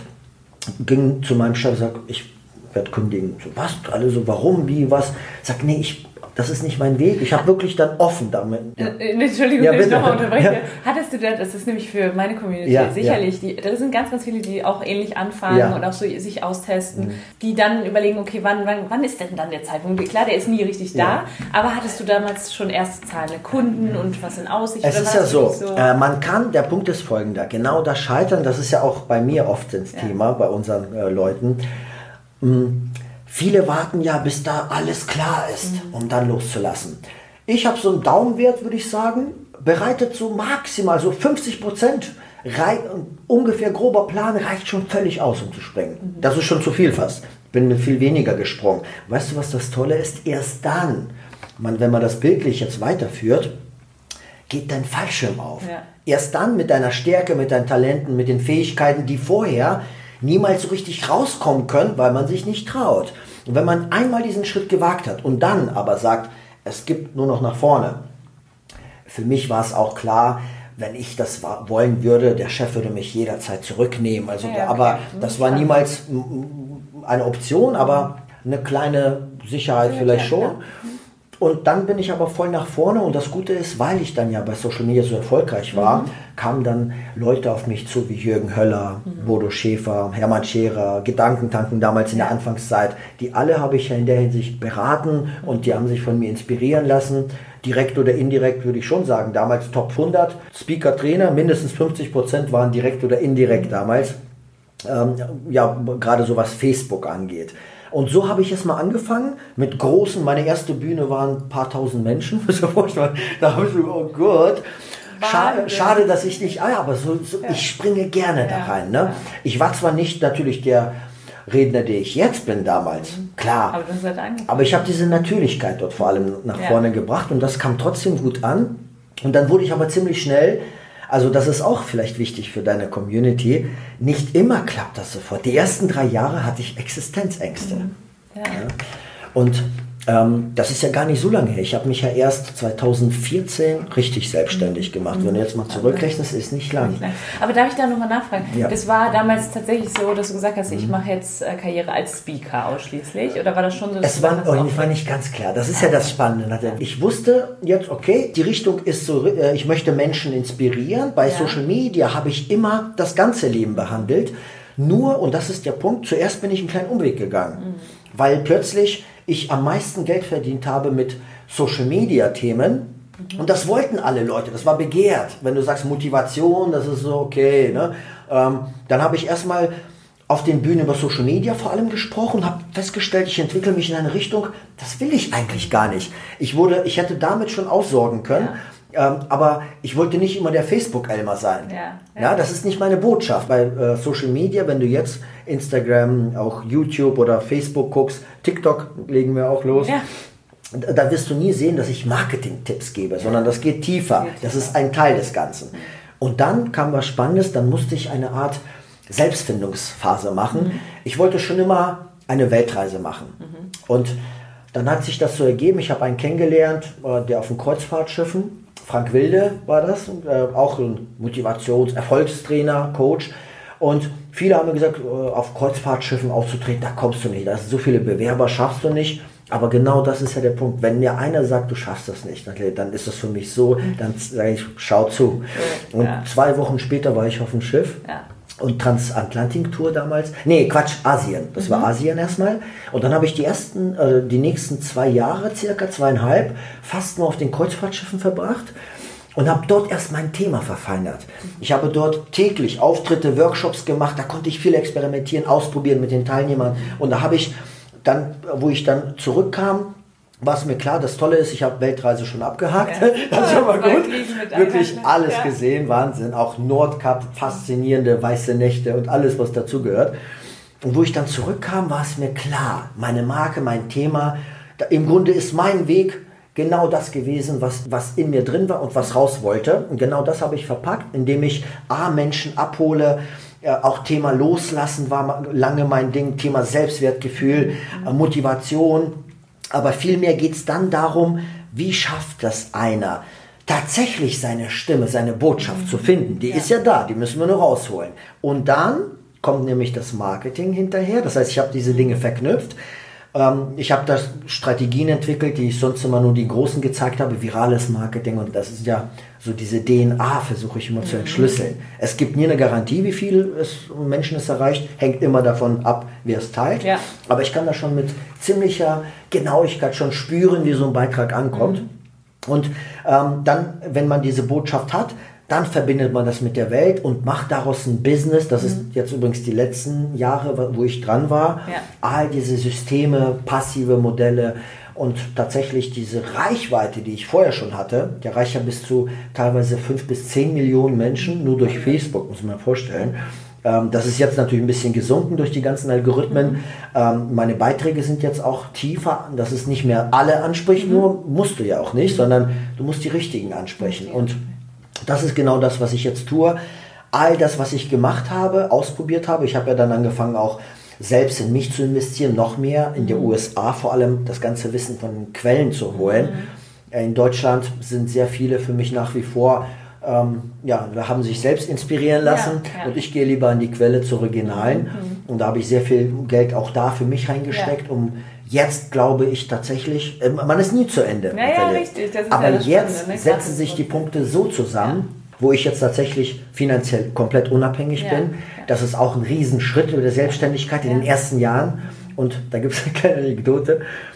ging zu meinem Chef und sagte, ich werde kündigen. So, was? Alle so, warum, wie, was? Sag, nee, ich das ist nicht mein Weg. Ich habe wirklich dann offen damit. Ja. Entschuldigung, ja, wenn ich nochmal unterbreche. Ja. Hattest du das, das ist nämlich für meine Community ja, sicherlich, ja. Die, da sind ganz, ganz viele, die auch ähnlich anfangen ja. und auch so sich austesten, mhm. die dann überlegen, okay, wann, wann, wann ist denn dann der Zeitpunkt? Klar, der ist nie richtig ja. da, aber hattest du damals schon erste zahlende Kunden und was in Aussicht? Es ist ja so, so? Äh, man kann, der Punkt ist folgender, genau das Scheitern, das ist ja auch bei mir oft das ja. Thema, bei unseren äh, Leuten, mh, viele warten ja, bis da alles klar ist, mhm. um dann loszulassen. Ich habe so einen Daumenwert, würde ich sagen, bereitet so maximal, so fünfzig Prozent, rei- ungefähr grober Plan reicht schon völlig aus, um zu springen. Mhm. Das ist schon zu viel fast. Ich bin mit viel weniger gesprungen. Weißt du, was das Tolle ist? Erst dann, man, wenn man das bildlich jetzt weiterführt, geht dein Fallschirm auf. Ja. Erst dann mit deiner Stärke, mit deinen Talenten, mit den Fähigkeiten, die vorher niemals so richtig rauskommen können, weil man sich nicht traut. Und wenn man einmal diesen Schritt gewagt hat und dann aber sagt, es gibt nur noch nach vorne. Für mich war es auch klar, wenn ich das wollen würde, der Chef würde mich jederzeit zurücknehmen. Also, ja, okay. Aber das war niemals eine Option, aber eine kleine Sicherheit vielleicht schon. Und dann bin ich aber voll nach vorne und das Gute ist, weil ich dann ja bei Social Media so erfolgreich war, mhm. kamen dann Leute auf mich zu wie Jürgen Höller, mhm. Bodo Schäfer, Hermann Scherer, Gedankentanken damals in ja. der Anfangszeit. Die alle habe ich ja in der Hinsicht beraten und die haben sich von mir inspirieren lassen. Direkt oder indirekt würde ich schon sagen, damals Top hundert Speaker, Trainer, mindestens fünfzig Prozent waren direkt oder indirekt mhm. damals. Ähm, ja, gerade so was Facebook angeht. Und so habe ich es mal angefangen mit großen, meine erste Bühne waren ein paar tausend Menschen, da habe ich so, oh Gott, schade, schade, dass ich nicht, ah ja, aber so, so, ja. ich springe gerne ja. da rein. Ne? Ja. Ich war zwar nicht natürlich der Redner, der ich jetzt bin damals, mhm. klar, aber, das hat aber ich habe diese Natürlichkeit dort vor allem nach ja. vorne gebracht und das kam trotzdem gut an und dann wurde ich aber ziemlich schnell. Also das ist auch vielleicht wichtig für deine Community. Nicht immer klappt das sofort. Die ersten drei Jahre hatte ich Existenzängste. Mhm. Ja. Ja. Und ähm, das ist ja gar nicht so lange her. Ich habe mich ja erst zweitausendvierzehn richtig selbstständig gemacht. Mhm. Wenn du jetzt mal zurückrechnest, ist nicht lang. Nicht lang. Aber darf ich da nochmal nachfragen? Ja. Das war damals tatsächlich so, dass du gesagt hast, ich mache jetzt äh, Karriere als Speaker ausschließlich? Oder war das schon so? Es war, oh, war nicht ganz klar. Das ist ja das Spannende. Ich wusste jetzt, okay, die Richtung ist so, äh, ich möchte Menschen inspirieren. Bei ja. Social Media habe ich immer das ganze Leben behandelt. Nur, und das ist der Punkt, zuerst bin ich einen kleinen Umweg gegangen. Mhm. Weil plötzlich ich am meisten Geld verdient habe mit Social-Media-Themen. Mhm. Und das wollten alle Leute, das war begehrt. Wenn du sagst Motivation, das ist so okay. Ne? Ähm, dann habe ich erstmal auf den Bühnen über Social Media vor allem gesprochen, habe festgestellt, ich entwickle mich in eine Richtung, das will ich eigentlich gar nicht. Ich, wurde, ich hätte damit schon aussorgen können. Ja. Ähm, aber ich wollte nicht immer der Facebook-Elmer sein. Ja, ja. Ja, das ist nicht meine Botschaft. Bei äh, Social Media, wenn du jetzt Instagram, auch YouTube oder Facebook guckst, TikTok legen wir auch los, ja. da wirst du nie sehen, dass ich Marketing-Tipps gebe, ja. sondern das geht tiefer. Das ist ein Teil des Ganzen. Und dann kam was Spannendes, dann musste ich eine Art Selbstfindungsphase machen. Mhm. Ich wollte schon immer eine Weltreise machen. Mhm. Und dann hat sich das so ergeben, ich habe einen kennengelernt, der auf den Kreuzfahrtschiffen, Frank Wilde war das, äh, auch ein Motivations-, Erfolgstrainer, Coach. Und viele haben mir gesagt, äh, auf Kreuzfahrtschiffen aufzutreten, da kommst du nicht. Da sind so viele Bewerber, schaffst du nicht. Aber genau das ist ja der Punkt. Wenn mir einer sagt, du schaffst das nicht, dann ist das für mich so, dann sage ich, schau zu. Und ja. zwei Wochen später war ich auf dem Schiff. Ja. Und Transatlantik-Tour damals. Nee, Quatsch, Asien. Das mhm. war Asien erstmal. Und dann habe ich die ersten, äh, die nächsten zwei Jahre, circa zweieinhalb, fast nur auf den Kreuzfahrtschiffen verbracht und habe dort erst mein Thema verfeinert. Ich habe dort täglich Auftritte, Workshops gemacht, da konnte ich viel experimentieren, ausprobieren mit den Teilnehmern. Und da habe ich dann, wo ich dann zurückkam, war es mir klar, das Tolle ist, ich habe Weltreise schon abgehakt. Ja. Das ist aber gut. Wirklich alles ja. gesehen, Wahnsinn. Auch Nordkap, faszinierende weiße Nächte und alles, was dazugehört. Und wo ich dann zurückkam, war es mir klar, meine Marke, mein Thema, da, im Grunde ist mein Weg genau das gewesen, was, was in mir drin war und was raus wollte. Und genau das habe ich verpackt, indem ich A, Menschen abhole. Ja, auch Thema Loslassen war lange mein Ding, Thema Selbstwertgefühl, mhm. Motivation. Aber vielmehr geht es dann darum, wie schafft das einer, tatsächlich seine Stimme, seine Botschaft mhm. zu finden. Die ja. ist ja da, die müssen wir nur rausholen. Und dann kommt nämlich das Marketing hinterher. Das heißt, ich habe diese Dinge verknüpft. Ähm, ich habe da Strategien entwickelt, die ich sonst immer nur die Großen gezeigt habe, virales Marketing. Und das ist ja so diese D N A, versuche ich immer mhm. zu entschlüsseln. Es gibt nie eine Garantie, wie viel es Menschen es erreicht. Hängt immer davon ab, wer es teilt. Ja. Aber ich kann da schon mit ziemlicher Genauigkeit schon spüren, wie so ein Beitrag ankommt. Mhm. Und ähm, dann, wenn man diese Botschaft hat, dann verbindet man das mit der Welt und macht daraus ein Business. Das mhm. ist jetzt übrigens die letzten Jahre, wo ich dran war. Ja. All diese Systeme, passive Modelle und tatsächlich diese Reichweite, die ich vorher schon hatte, der reicht ja bis zu teilweise fünf bis zehn Millionen Menschen, nur durch Facebook, muss man sich mal vorstellen. Ähm, das ist jetzt natürlich ein bisschen gesunken durch die ganzen Algorithmen. Mhm. Ähm, meine Beiträge sind jetzt auch tiefer, dass es nicht mehr alle anspricht, mhm. nur musst du ja auch nicht, sondern du musst die richtigen ansprechen. Mhm. Und das ist genau das, was ich jetzt tue. All das, was ich gemacht habe, ausprobiert habe. Ich habe ja dann angefangen, auch selbst in mich zu investieren, noch mehr in die U S A, vor allem das ganze Wissen von Quellen zu holen. Mhm. In Deutschland sind sehr viele für mich nach wie vor, ähm, ja, da haben sich selbst inspirieren lassen ja, ja. und ich gehe lieber an die Quelle zur Originalen. Mhm. Und da habe ich sehr viel Geld auch da für mich reingesteckt, ja. um jetzt glaube ich tatsächlich, man ist nie zu Ende. Ja, ja, richtig. Das ist aber ja das jetzt Spannende, ne? setzen sich die Punkte so zusammen, ja. wo ich jetzt tatsächlich finanziell komplett unabhängig ja. bin. Das ist auch ein Riesenschritt über der Selbstständigkeit in ja. den ersten Jahren. Und da gibt es eine kleine Anekdote.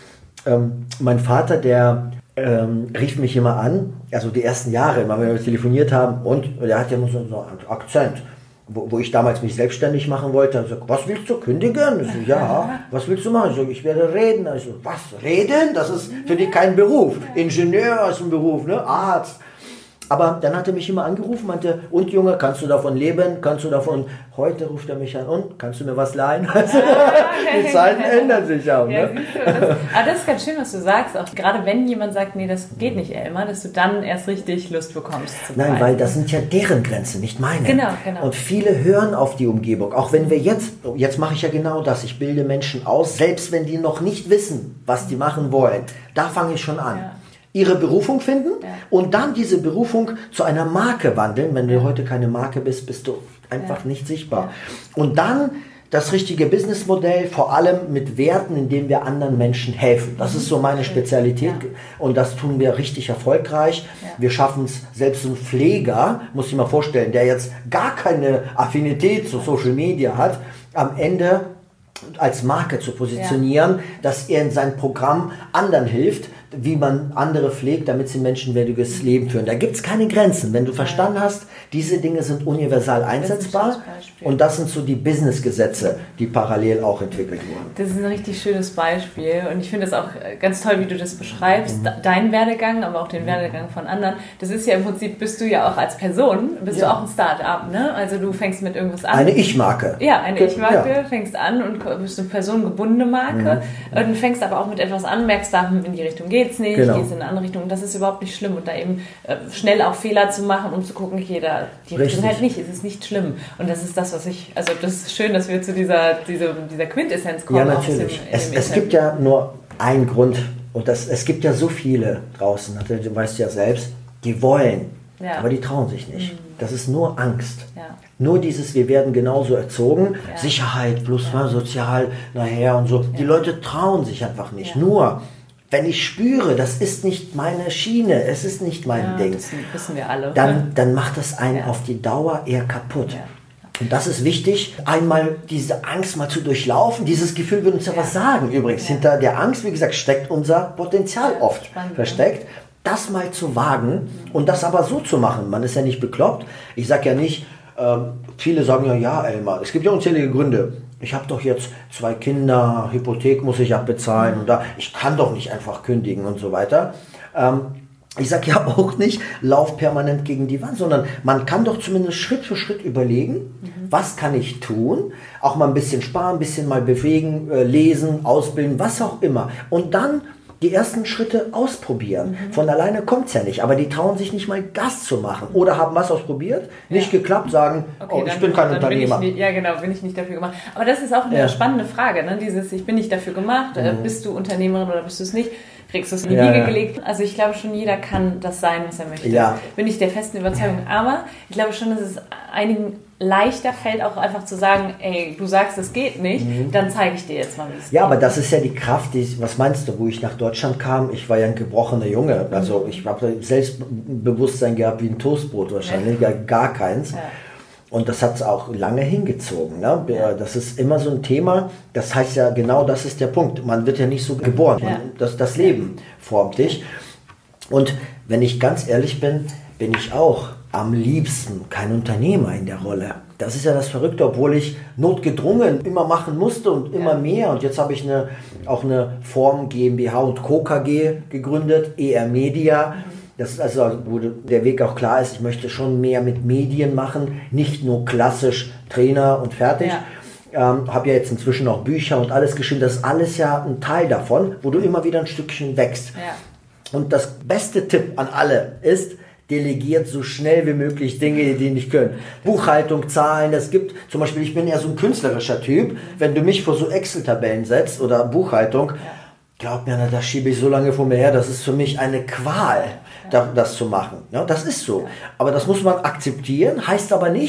Ähm, mein Vater, der ähm, rief mich immer an, also die ersten Jahre, immer wenn wir telefoniert haben, und der hat ja nur so, so einen Akzent. Wo, wo ich damals mich selbstständig machen wollte, also was willst du kündigen? Ich so, ja, was willst du machen? Ich so, ich werde reden. Ich so, was, reden? Das ist für dich kein Beruf. Ingenieur ist ein Beruf, ne? Arzt. Aber dann hat er mich immer angerufen, meinte, und Junge, kannst du davon leben? Kannst du davon? Heute ruft er mich an, und kannst du mir was leihen? Also, die Zeiten ändern sich auch. Ja, ne? das, aber das ist ganz schön, was du sagst, auch gerade wenn jemand sagt, nee, das geht nicht, Elmar, dass du dann erst richtig Lust bekommst zu Nein, weil das sind ja deren Grenzen, nicht meine. Genau, genau. Und viele hören auf die Umgebung, auch wenn wir jetzt, jetzt mache ich ja genau das, ich bilde Menschen aus, selbst wenn die noch nicht wissen, was die machen wollen, da fange ich schon an. Ja. Ihre Berufung finden ja. und dann diese Berufung zu einer Marke wandeln. Wenn du heute keine Marke bist, bist du einfach ja. nicht sichtbar. Ja. Und dann das richtige Businessmodell, vor allem mit Werten, indem wir anderen Menschen helfen. Das ist so meine Spezialität ja. und das tun wir richtig erfolgreich. Ja. Wir schaffen es, selbst ein Pfleger, muss ich mal vorstellen, der jetzt gar keine Affinität zu Social Media hat, am Ende als Marke zu positionieren, ja. dass er in seinem Programm anderen hilft, wie man andere pflegt, damit sie ein menschenwürdiges Leben führen. Da gibt es keine Grenzen. Wenn du verstanden hast, diese Dinge sind universal einsetzbar und das sind so die Business-Gesetze, die parallel auch entwickelt wurden. Das ist ein richtig schönes Beispiel und ich finde es auch ganz toll, wie du das beschreibst. Mhm. Dein Werdegang, aber auch den Werdegang von anderen. Das ist ja im Prinzip, bist du ja auch als Person, bist ja. du auch ein Start-up, ne? Also du fängst mit irgendwas an. Eine Ich-Marke. Ja, eine Ich-Marke, ja. fängst an und bist eine personengebundene Marke mhm. und fängst aber auch mit etwas an, merkst da, in die Richtung geht es nicht, genau. gehst in eine andere Richtung. Und das ist überhaupt nicht schlimm. Und da eben äh, schnell auch Fehler zu machen, um zu gucken, okay, da, die Richtung halt nicht, es ist nicht schlimm. Und das ist das, was ich, also das ist schön, dass wir zu dieser, dieser, dieser Quintessenz kommen. Ja, natürlich. Dem, es, es gibt ja nur einen Grund, und das, es gibt ja so viele draußen, du weißt ja selbst, die wollen, ja. aber die trauen sich nicht. Mhm. Das ist nur Angst. Ja. Nur dieses, wir werden genauso erzogen, ja. Sicherheit plus ja. sozial nachher und so. Ja. Die Leute trauen sich einfach nicht. Ja. Nur, wenn ich spüre, das ist nicht meine Schiene, es ist nicht mein ja, Ding, das wissen wir alle. Dann, dann macht das einen ja. auf die Dauer eher kaputt. Ja. Und das ist wichtig, einmal diese Angst mal zu durchlaufen. Dieses Gefühl will uns ja, ja. was sagen. Übrigens, ja. hinter der Angst, wie gesagt, steckt unser Potenzial oft Spannend, versteckt. Das mal zu wagen und das aber so zu machen. Man ist ja nicht bekloppt. Ich sage ja nicht, ähm, viele sagen ja, ja, Elmar, es gibt ja unzählige Gründe. Ich habe doch jetzt zwei Kinder, Hypothek muss ich abbezahlen und da, ich kann doch nicht einfach kündigen und so weiter. Ähm, ich sage ja auch nicht, lauf permanent gegen die Wand, sondern man kann doch zumindest Schritt für Schritt überlegen, mhm. was kann ich tun, auch mal ein bisschen sparen, ein bisschen mal bewegen, äh, lesen, ausbilden, was auch immer. Und dann die ersten Schritte ausprobieren. Mhm. Von alleine kommt es ja nicht, aber die trauen sich nicht mal Gas zu machen. Oder haben was ausprobiert, ja. nicht geklappt, sagen, okay, oh, ich dann, bin kein Unternehmer. Bin ich nicht, ja genau, bin ich nicht dafür gemacht. Aber das ist auch eine ja. spannende Frage, ne? Dieses, ich bin nicht dafür gemacht, mhm. bist du Unternehmerin oder bist du es nicht? Kriegst du es in die ja, Wiege ja. gelegt? Also ich glaube schon, jeder kann das sein, was er möchte. Ja. Bin ich der festen Überzeugung. Aber ich glaube schon, dass es einigen leichter fällt, auch einfach zu sagen, ey, du sagst, es geht nicht, mhm. dann zeige ich dir jetzt mal, wie es geht. Ja, aber das ist ja die Kraft, die, was meinst du, wo ich nach Deutschland kam, ich war ja ein gebrochener Junge, also mhm. ich habe Selbstbewusstsein gehabt wie ein Toastbrot wahrscheinlich, ja. gar keins. Ja. Und das hat es auch lange hingezogen. Ne? Ja. Das ist immer so ein Thema, das heißt ja, genau das ist der Punkt. Man wird ja nicht so geboren, ja. das, das Leben formt dich. Und wenn ich ganz ehrlich bin, bin ich auch am liebsten kein Unternehmer in der Rolle. Das ist ja das Verrückte, obwohl ich notgedrungen immer machen musste und immer ja. mehr. Und jetzt habe ich eine, auch eine Form GmbH und Co. K G gegründet, E R Media. Mhm. Das ist also, wo der Weg auch klar ist, ich möchte schon mehr mit Medien machen, nicht nur klassisch Trainer und fertig. Ja. Ähm, habe ja jetzt inzwischen auch Bücher und alles geschrieben. Das ist alles ja ein Teil davon, wo du immer wieder ein Stückchen wächst. Ja. Und das beste Tipp an alle ist, delegiert so schnell wie möglich Dinge, die nicht können. Buchhaltung, Zahlen, es gibt, zum Beispiel, ich bin ja so ein künstlerischer Typ, wenn du mich vor so Excel-Tabellen setzt oder Buchhaltung, ja. glaub mir, das schiebe ich so lange vor mir her, das ist für mich eine Qual, ja. das zu machen. Ja, das ist so. Aber das muss man akzeptieren, heißt aber nicht,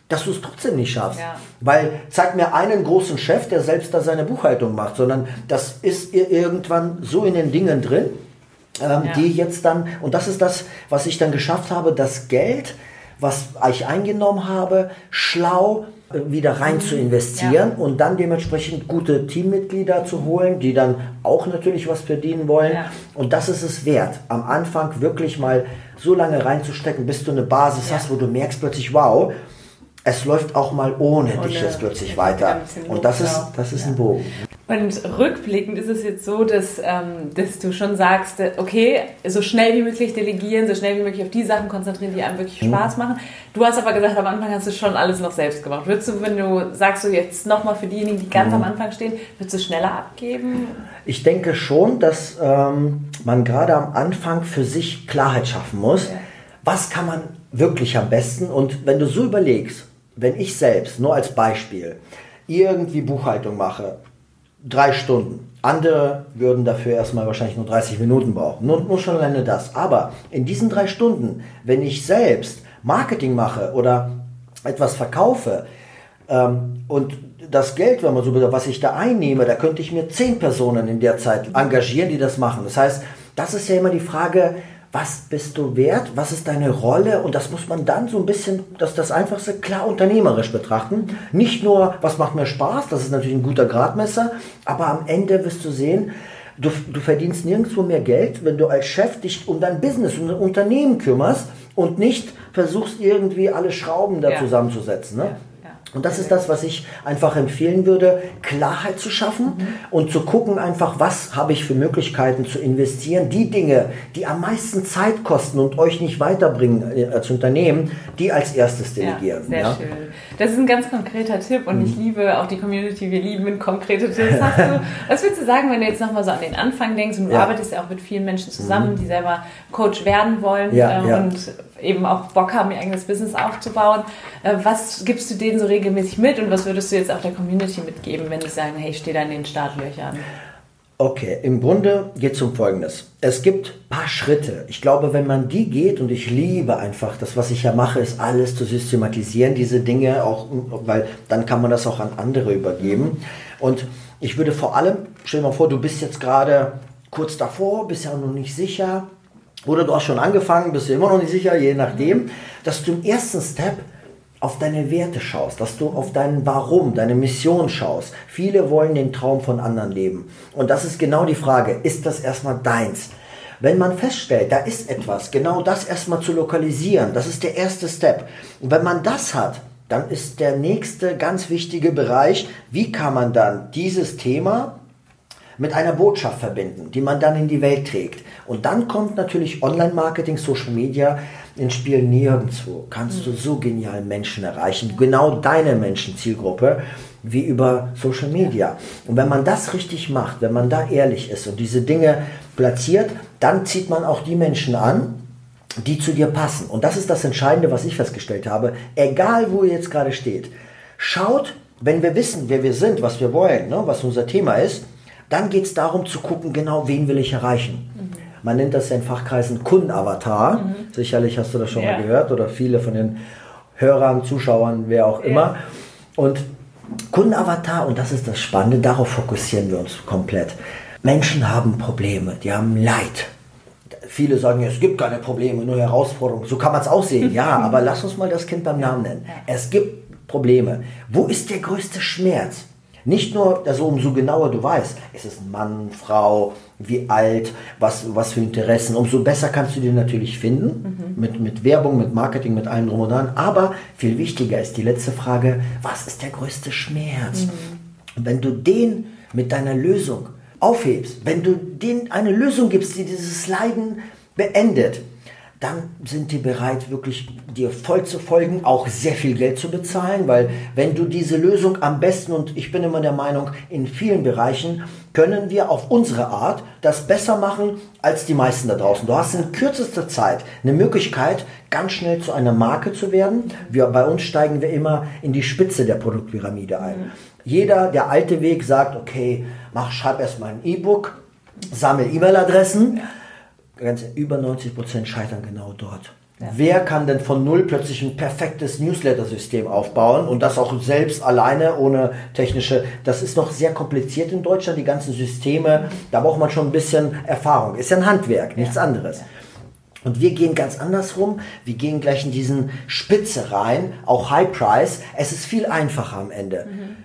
dass du es trotzdem nicht schaffst. Ja. Weil zeig mir einen großen Chef, der selbst da seine Buchhaltung macht, sondern das ist irgendwann so in den Dingen drin, ähm, ja. die jetzt dann, und das ist das, was ich dann geschafft habe, das Geld, was ich eingenommen habe, schlau wieder rein zu investieren ja. und dann dementsprechend gute Teammitglieder zu holen, die dann auch natürlich was verdienen wollen. Ja. Und das ist es wert, am Anfang wirklich mal so lange reinzustecken, bis du eine Basis ja. hast, wo du merkst plötzlich, wow, es läuft auch mal ohne, ohne dich jetzt plötzlich weiter. Und das ist, das ist ja. ein Bogen. Und rückblickend ist es jetzt so, dass, ähm, dass du schon sagst, okay, so schnell wie möglich delegieren, so schnell wie möglich auf die Sachen konzentrieren, die einem wirklich mhm. Spaß machen. Du hast aber gesagt, am Anfang hast du schon alles noch selbst gemacht. Würdest du, wenn du sagst, du jetzt nochmal für diejenigen, die ganz mhm. am Anfang stehen, würdest du schneller abgeben? Ich denke schon, dass ähm, man gerade am Anfang für sich Klarheit schaffen muss. Ja. Was kann man wirklich am besten? Und wenn du so überlegst, wenn ich selbst, nur als Beispiel, irgendwie Buchhaltung mache, drei Stunden. Andere würden dafür erstmal wahrscheinlich nur dreißig Minuten brauchen. Nur, nur schon alleine das. Aber in diesen drei Stunden, wenn ich selbst Marketing mache oder etwas verkaufe ähm, und das Geld, wenn man so will, was ich da einnehme, da könnte ich mir zehn Personen in der Zeit engagieren, die das machen. Das heißt, das ist ja immer die Frage, was bist du wert, was ist deine Rolle, und das muss man dann so ein bisschen, das das Einfachste, klar unternehmerisch betrachten. Nicht nur, was macht mir Spaß, das ist natürlich ein guter Gradmesser, aber am Ende wirst du sehen, du, du verdienst nirgendwo mehr Geld, wenn du als Chef dich um dein Business, um dein Unternehmen kümmerst und nicht versuchst irgendwie alle Schrauben da ja. zusammenzusetzen. Ne? Ja. Und das ist das, was ich einfach empfehlen würde, Klarheit zu schaffen mhm. und zu gucken einfach, was habe ich für Möglichkeiten zu investieren. Die Dinge, die am meisten Zeit kosten und euch nicht weiterbringen als Unternehmen, die als erstes delegieren. Ja, sehr ja? schön. Das ist ein ganz konkreter Tipp und mhm. ich liebe auch die Community, wir lieben konkrete Tipps. Hast du, was würdest du sagen, wenn du jetzt nochmal so an den Anfang denkst, und du ja. arbeitest ja auch mit vielen Menschen zusammen, mhm. die selber Coach werden wollen ja, ähm, ja. und eben auch Bock haben, ihr eigenes Business aufzubauen. Äh, was gibst du denen so regelmäßig mit und was würdest du jetzt auch der Community mitgeben, wenn die sagen, hey, ich stehe da in den Startlöchern? Okay, im Grunde geht es um Folgendes. Es gibt ein paar Schritte. Ich glaube, wenn man die geht, und ich liebe einfach, das, was ich ja mache, ist alles zu systematisieren, diese Dinge, auch, weil dann kann man das auch an andere übergeben. Und ich würde vor allem, stell dir mal vor, du bist jetzt gerade kurz davor, bist ja noch nicht sicher, oder du hast schon angefangen, bist du immer noch nicht sicher, je nachdem, dass du im ersten Step auf deine Werte schaust, dass du auf dein Warum, deine Mission schaust. Viele wollen den Traum von anderen leben. Und das ist genau die Frage, ist das erstmal deins? Wenn man feststellt, da ist etwas, genau das erstmal zu lokalisieren, das ist der erste Step. Und wenn man das hat, dann ist der nächste ganz wichtige Bereich, wie kann man dann dieses Thema mit einer Botschaft verbinden, die man dann in die Welt trägt. Und dann kommt natürlich Online-Marketing, Social Media ins Spiel. Nirgendwo kannst du so genial Menschen erreichen, genau deine Menschenzielgruppe, wie über Social Media. Und wenn man das richtig macht, wenn man da ehrlich ist und diese Dinge platziert, dann zieht man auch die Menschen an, die zu dir passen. Und das ist das Entscheidende, was ich festgestellt habe. Egal, wo ihr jetzt gerade steht, schaut, wenn wir wissen, wer wir sind, was wir wollen, ne, was unser Thema ist, dann geht es darum zu gucken, genau, wen will ich erreichen. Mhm. Man nennt das ja in Fachkreisen Kundenavatar. Mhm. Sicherlich hast du das schon ja. mal gehört oder viele von den Hörern, Zuschauern, wer auch ja. immer. Und Kundenavatar, und das ist das Spannende, darauf fokussieren wir uns komplett. Menschen haben Probleme, die haben Leid. Viele sagen, es gibt keine Probleme, nur Herausforderungen. So kann man es auch sehen. Ja, aber lass uns mal das Kind beim Namen nennen. Es gibt Probleme. Wo ist der größte Schmerz? Nicht nur, also umso genauer du weißt, ist es ein Mann, Frau, wie alt, was, was für Interessen, umso besser kannst du die natürlich finden, mhm. mit, mit Werbung, mit Marketing, mit allem drum und dran. Aber viel wichtiger ist die letzte Frage, was ist der größte Schmerz? Mhm. Und wenn du den mit deiner Lösung aufhebst, wenn du denen eine Lösung gibst, die dieses Leiden beendet, dann sind die bereit, wirklich dir voll zu folgen, auch sehr viel Geld zu bezahlen, weil wenn du diese Lösung am besten, und ich bin immer der Meinung, in vielen Bereichen können wir auf unsere Art das besser machen als die meisten da draußen. Du hast in kürzester Zeit eine Möglichkeit, ganz schnell zu einer Marke zu werden. Wir, bei uns steigen wir immer in die Spitze der Produktpyramide ein. Mhm. Jeder, der alte Weg sagt, okay, mach, schreib erstmal ein E-Book, sammel E-Mail-Adressen. Ja. Ganz über neunzig Prozent scheitern genau dort. Ja. Wer kann denn von null plötzlich ein perfektes Newsletter-System aufbauen und das auch selbst alleine ohne technische, das ist noch sehr kompliziert in Deutschland, die ganzen Systeme, da braucht man schon ein bisschen Erfahrung. Ist ja ein Handwerk, nichts ja. anderes. Ja. Und wir gehen ganz andersrum, wir gehen gleich in diesen Spitze rein, auch High Price, es ist viel einfacher am Ende. Mhm.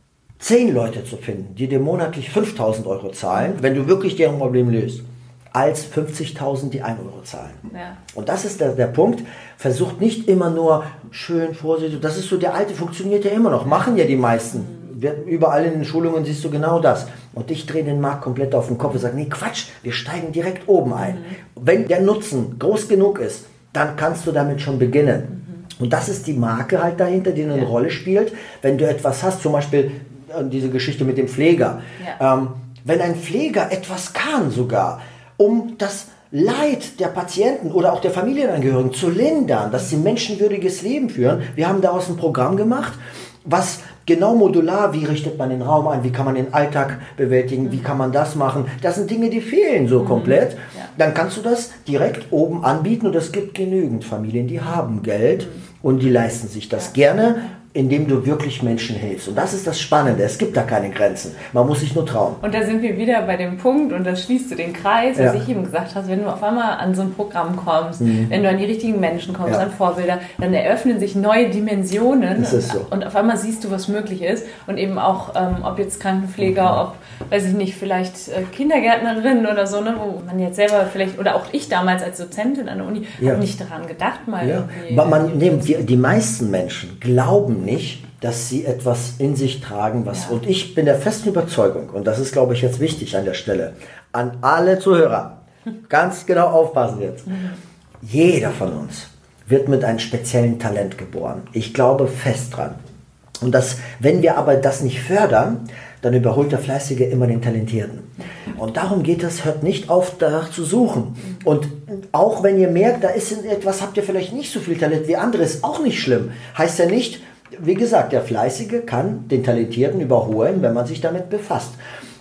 Zehn Leute zu finden, die dir monatlich fünftausend Euro zahlen, wenn du wirklich deren Problem löst, als fünfzigtausend, die ein Euro zahlen. Ja. Und das ist der, der Punkt. Versucht nicht immer nur schön, vorsichtig. Das ist so, der alte funktioniert ja immer noch. Machen ja die meisten. Mhm. Überall in den Schulungen siehst du genau das. Und ich drehe den Markt komplett auf den Kopf und sage, nee, Quatsch, wir steigen direkt oben ein. Mhm. Wenn der Nutzen groß genug ist, dann kannst du damit schon beginnen. Mhm. Und das ist die Marke halt dahinter, die eine ja. Rolle spielt. Wenn du etwas hast, zum Beispiel diese Geschichte mit dem Pfleger. Ja. Ähm, wenn ein Pfleger etwas kann sogar, um das Leid der Patienten oder auch der Familienangehörigen zu lindern, dass sie ein menschenwürdiges Leben führen. Wir haben daraus ein Programm gemacht, was genau modular, wie richtet man den Raum ein, wie kann man den Alltag bewältigen, wie kann man das machen. Das sind Dinge, die fehlen so komplett. Ja. Dann kannst du das direkt oben anbieten und es gibt genügend Familien, die haben Geld und die leisten sich das ja. gerne, indem du wirklich Menschen hilfst. Und das ist das Spannende. Es gibt da keine Grenzen. Man muss sich nur trauen. Und da sind wir wieder bei dem Punkt, und das schließt du den Kreis, was ja. ich eben gesagt habe, wenn du auf einmal an so ein Programm kommst, mhm. wenn du an die richtigen Menschen kommst, ja. an Vorbilder, dann eröffnen sich neue Dimensionen. Das ist so. Und auf einmal siehst du, was möglich ist. Und eben auch, ähm, ob jetzt Krankenpfleger, mhm. ob, weiß ich nicht, vielleicht äh, Kindergärtnerin oder so, ne, wo man jetzt selber vielleicht, oder auch ich damals als Dozentin an der Uni, ja. habe nicht daran gedacht, mal ja. irgendwie. Man, nee, die, die meisten Menschen glauben nicht, dass sie etwas in sich tragen, was, ja. und ich bin der festen Überzeugung, und das ist, glaube ich, jetzt wichtig an der Stelle, an alle Zuhörer, ganz genau aufpassen jetzt. Mhm. Jeder von uns wird mit einem speziellen Talent geboren. Ich glaube fest dran. Und das, wenn wir aber das nicht fördern, dann überholt der Fleißige immer den Talentierten. Und darum geht es, hört nicht auf, danach zu suchen. Und auch wenn ihr merkt, da ist etwas, habt ihr vielleicht nicht so viel Talent wie andere, ist auch nicht schlimm. Heißt ja nicht, wie gesagt, der Fleißige kann den Talentierten überholen, wenn man sich damit befasst.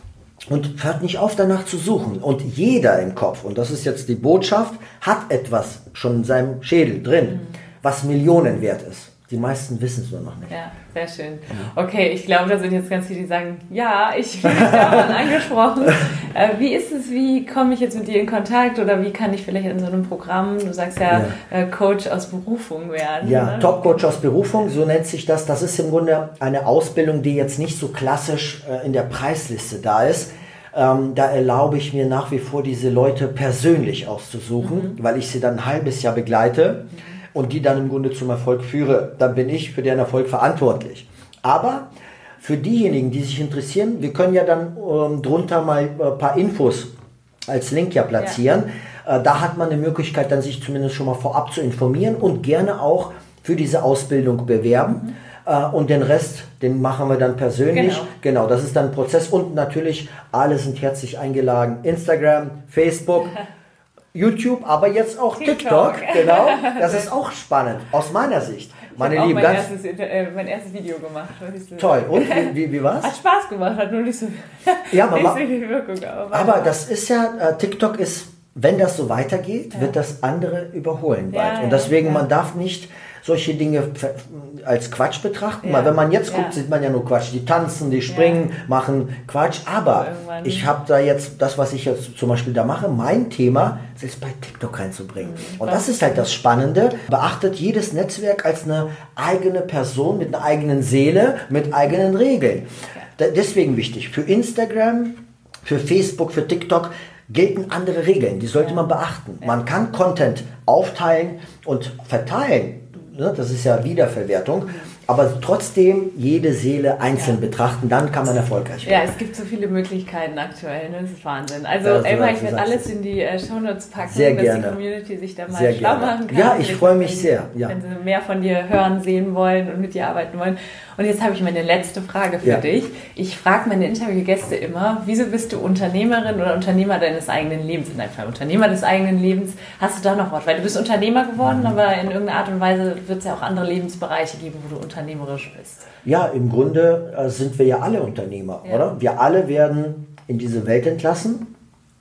Und hört nicht auf, danach zu suchen. Und jeder im Kopf, und das ist jetzt die Botschaft, hat etwas schon in seinem Schädel drin, was Millionen wert ist. Die meisten wissen es nur noch nicht. Ja, sehr schön. Okay, ich glaube, da sind jetzt ganz viele, die sagen, ja, ich bin daran angesprochen. Äh, wie ist es, wie komme ich jetzt mit dir in Kontakt oder wie kann ich vielleicht in so einem Programm, du sagst ja, ja. Äh, Coach aus Berufung werden. Ja, ne? Top-Coach aus Berufung, so nennt sich das. Das ist im Grunde eine Ausbildung, die jetzt nicht so klassisch äh, in der Preisliste da ist. Ähm, da erlaube ich mir nach wie vor, diese Leute persönlich auszusuchen, mhm. weil ich sie dann ein halbes Jahr begleite. Mhm. Und die dann im Grunde zum Erfolg führe, dann bin ich für deren Erfolg verantwortlich. Aber für diejenigen, die sich interessieren, wir können ja dann ähm, drunter mal ein paar Infos als Link ja platzieren. Ja. Äh, da hat man eine Möglichkeit, dann sich zumindest schon mal vorab zu informieren und gerne auch für diese Ausbildung bewerben. Mhm. Äh, und den Rest, den machen wir dann persönlich. Genau. genau, das ist dann ein Prozess. Und natürlich, alle sind herzlich eingeladen. Instagram, Facebook, YouTube, aber jetzt auch TikTok, TikTok genau. Das ist auch spannend, aus meiner Sicht. Meine ich habe Lieben, mein, erstes, äh, mein erstes Video gemacht. So toll, und wie, wie, wie war's? Hat Spaß gemacht, hat nur nicht so, ja, nicht so viel Wirkung. Aber, aber das ist ja, äh, TikTok ist, wenn das so weitergeht, ja. wird das andere überholen bald. Ja, und deswegen, ja. man darf nicht solche Dinge als Quatsch betrachten. Ja. Weil wenn man jetzt guckt, ja. sieht man ja nur Quatsch. Die tanzen, die springen, ja. machen Quatsch. Aber Irgendwann. ich habe da jetzt, das, was ich jetzt zum Beispiel da mache, mein Thema, ist bei TikTok reinzubringen. Mhm. Und das ist halt das Spannende. Beachtet jedes Netzwerk als eine eigene Person mit einer eigenen Seele, mit eigenen Regeln. Ja. Deswegen wichtig. Für Instagram, für Facebook, für TikTok gelten andere Regeln. Die sollte ja. man beachten. Ja. Man kann Content aufteilen und verteilen. Das ist ja Wiederverwertung, aber trotzdem jede Seele einzeln ja. betrachten, dann kann man erfolgreich werden. Ja, es gibt so viele Möglichkeiten aktuell, ne? Das ist Wahnsinn. Also ja, Elmar, ich werde alles in die äh, Shownotes packen, sehr dass gerne. die Community sich da mal sehr schlau gerne. machen kann. Ja, ich freue mich sehr. Ja. Wenn sie mehr von dir hören, sehen wollen und mit dir arbeiten wollen. Und jetzt habe ich meine letzte Frage für ja. dich. Ich frage meine Interviewgäste immer, wieso bist du Unternehmerin oder Unternehmer deines eigenen Lebens? In deinem Fall Unternehmer des eigenen Lebens. Hast du da noch was? Weil du bist Unternehmer geworden, mhm. aber in irgendeiner Art und Weise wird es ja auch andere Lebensbereiche geben, wo du unternehmerisch bist. Ja, im Grunde äh, sind wir ja alle Unternehmer, ja. oder? Wir alle werden in diese Welt entlassen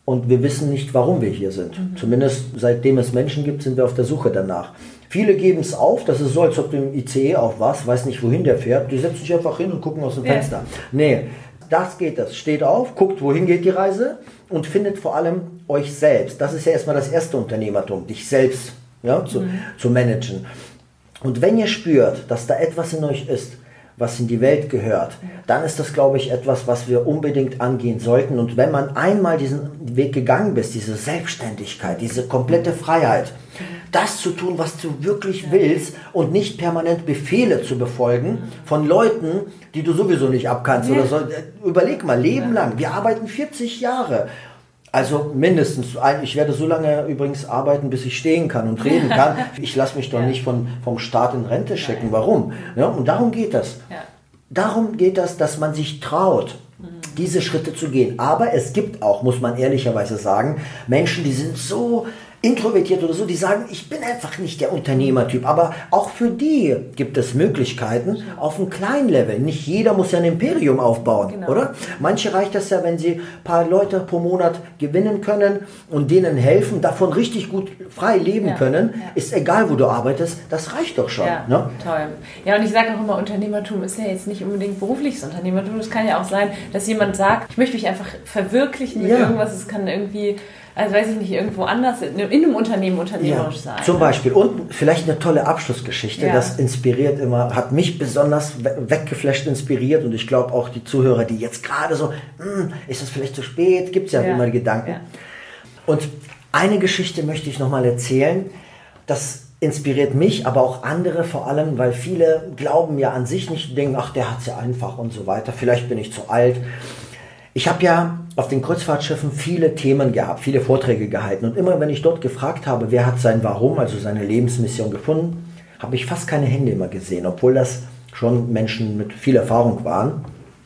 und wir wissen nicht, warum wir hier sind. Mhm. Zumindest seitdem es Menschen gibt, sind wir auf der Suche danach. Viele geben es auf, das ist so, als ob du im I C E auf warst, weiß nicht, wohin der fährt, die setzen sich einfach hin und gucken aus dem ja. Fenster. Nee, das geht das. Steht auf, guckt, wohin geht die Reise und findet vor allem euch selbst. Das ist ja erstmal das erste Unternehmertum, dich selbst ja, zu, mhm. zu managen. Und wenn ihr spürt, dass da etwas in euch ist, was in die Welt gehört, dann ist das, glaube ich, etwas, was wir unbedingt angehen sollten. Und wenn man einmal diesen Weg gegangen bist, diese Selbstständigkeit, diese komplette Freiheit, das zu tun, was du wirklich ja. willst und nicht permanent Befehle zu befolgen von Leuten, die du sowieso nicht abkannst ja. oder so. Überleg mal, Leben lang. Wir arbeiten vierzig Jahre. Also mindestens, ich werde so lange übrigens arbeiten, bis ich stehen kann und reden kann. Ich lasse mich doch ja. nicht von, vom Staat in Rente schicken. Warum? Ja, und darum geht das. Ja. Darum geht das, dass man sich traut, mhm. diese Schritte zu gehen. Aber es gibt auch, muss man ehrlicherweise sagen, Menschen, die sind so introvertiert oder so, die sagen, ich bin einfach nicht der Unternehmertyp. Aber auch für die gibt es Möglichkeiten auf einem kleinen Level. Nicht jeder muss ja ein Imperium aufbauen, genau. oder? Manche reicht das ja, wenn sie ein paar Leute pro Monat gewinnen können und denen helfen, davon richtig gut frei leben ja. können. Ja. Ist egal, wo du arbeitest, das reicht doch schon. Ja, ne? Toll. Ja, und ich sage auch immer, Unternehmertum ist ja jetzt nicht unbedingt berufliches Unternehmertum. Es kann ja auch sein, dass jemand sagt, ich möchte mich einfach verwirklichen mit ja. irgendwas. Es kann irgendwie... Also weiß ich nicht, irgendwo anders, in einem Unternehmen unternehmerisch ja, sein. Zum Beispiel. Und vielleicht eine tolle Abschlussgeschichte, ja. das inspiriert immer, hat mich besonders weggeflasht inspiriert und ich glaube auch die Zuhörer, die jetzt gerade so, ist das vielleicht zu spät, gibt es ja, ja immer Gedanken. Ja. Und eine Geschichte möchte ich nochmal erzählen, das inspiriert mich, aber auch andere vor allem, weil viele glauben ja an sich nicht, denken, ach, der hat es ja einfach und so weiter, vielleicht bin ich zu alt. Ich habe ja auf den Kreuzfahrtschiffen viele Themen gehabt, viele Vorträge gehalten und immer wenn ich dort gefragt habe, wer hat sein Warum, also seine Lebensmission gefunden, habe ich fast keine Hände immer gesehen, obwohl das schon Menschen mit viel Erfahrung waren.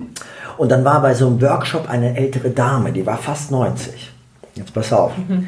Und dann war bei so einem Workshop eine ältere Dame, die war fast neunzig. Jetzt pass auf. Mhm.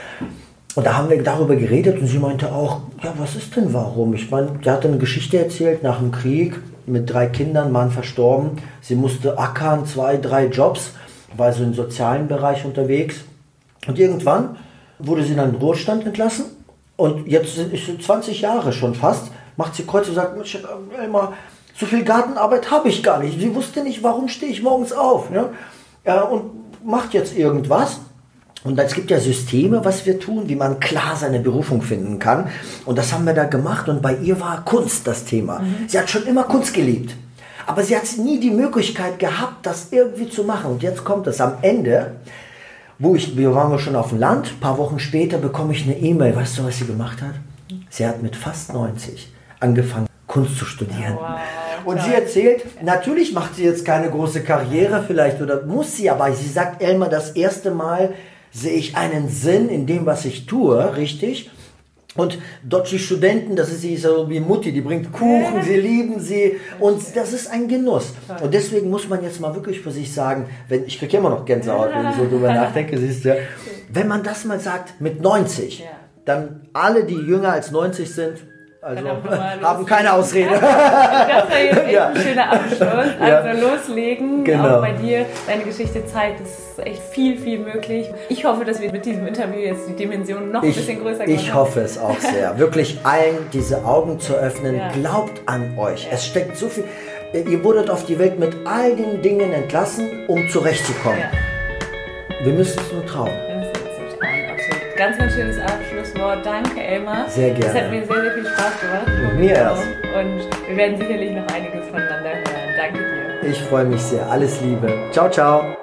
Und da haben wir darüber geredet und sie meinte auch, ja, was ist denn Warum? Ich meine, die hatte eine Geschichte erzählt nach dem Krieg, mit drei Kindern, Mann verstorben. Sie musste ackern, zwei, drei Jobs, war so im sozialen Bereich unterwegs. Und irgendwann wurde sie dann in den Ruhestand entlassen. Und jetzt ist sie zwanzig Jahre schon fast, macht sie Kreuz und sagt, Elmar, so viel Gartenarbeit habe ich gar nicht. Sie wusste nicht, warum stehe ich morgens auf. Ne? Ja, und macht jetzt irgendwas. Und es gibt ja Systeme, was wir tun, wie man klar seine Berufung finden kann. Und das haben wir da gemacht. Und bei ihr war Kunst das Thema. Mhm. Sie hat schon immer Kunst geliebt. Aber sie hat nie die Möglichkeit gehabt, das irgendwie zu machen. Und jetzt kommt es am Ende, wo ich, wir waren schon auf dem Land, ein paar Wochen später bekomme ich eine E-Mail. Weißt du, was sie gemacht hat? Sie hat mit fast neunzig angefangen, Kunst zu studieren. Wow. Und sie erzählt, natürlich macht sie jetzt keine große Karriere vielleicht oder muss sie, aber sie sagt, Elmar, das erste Mal sehe ich einen Sinn in dem, was ich tue, richtig? Und dort die Studenten, das ist sie so wie Mutti, die bringt Kuchen, sie lieben sie und das ist ein Genuss. Und deswegen muss man jetzt mal wirklich für sich sagen, wenn ich kriege immer noch Gänsehaut, wenn ich so drüber nachdenke, siehst du ja, wenn man das mal sagt mit neunzig, dann alle, die jünger als neunzig sind, also haben keine Ausrede. Das war jetzt echt ja. ein schöner Abschluss. Also ja. loslegen, genau. Auch bei dir, deine Geschichte zeigt, es ist echt viel, viel möglich. Ich hoffe, dass wir mit diesem Interview jetzt die Dimension noch ein ich, bisschen größer gemacht haben. Ich hoffe es auch sehr. Wirklich allen diese Augen zu öffnen. Ja. Glaubt an euch. Ja. Es steckt so viel. Ihr wurdet auf die Welt mit all den Dingen entlassen, um zurechtzukommen. Ja. Wir müssen es nur trauen. Ganz, ganz schönes Abschlusswort. Danke, Elmar. Sehr gerne. Es hat mir sehr, sehr viel Spaß gemacht. Mir erst. Und wir werden sicherlich noch einiges voneinander hören. Danke dir. Ich freue mich sehr. Alles Liebe. Ciao, ciao.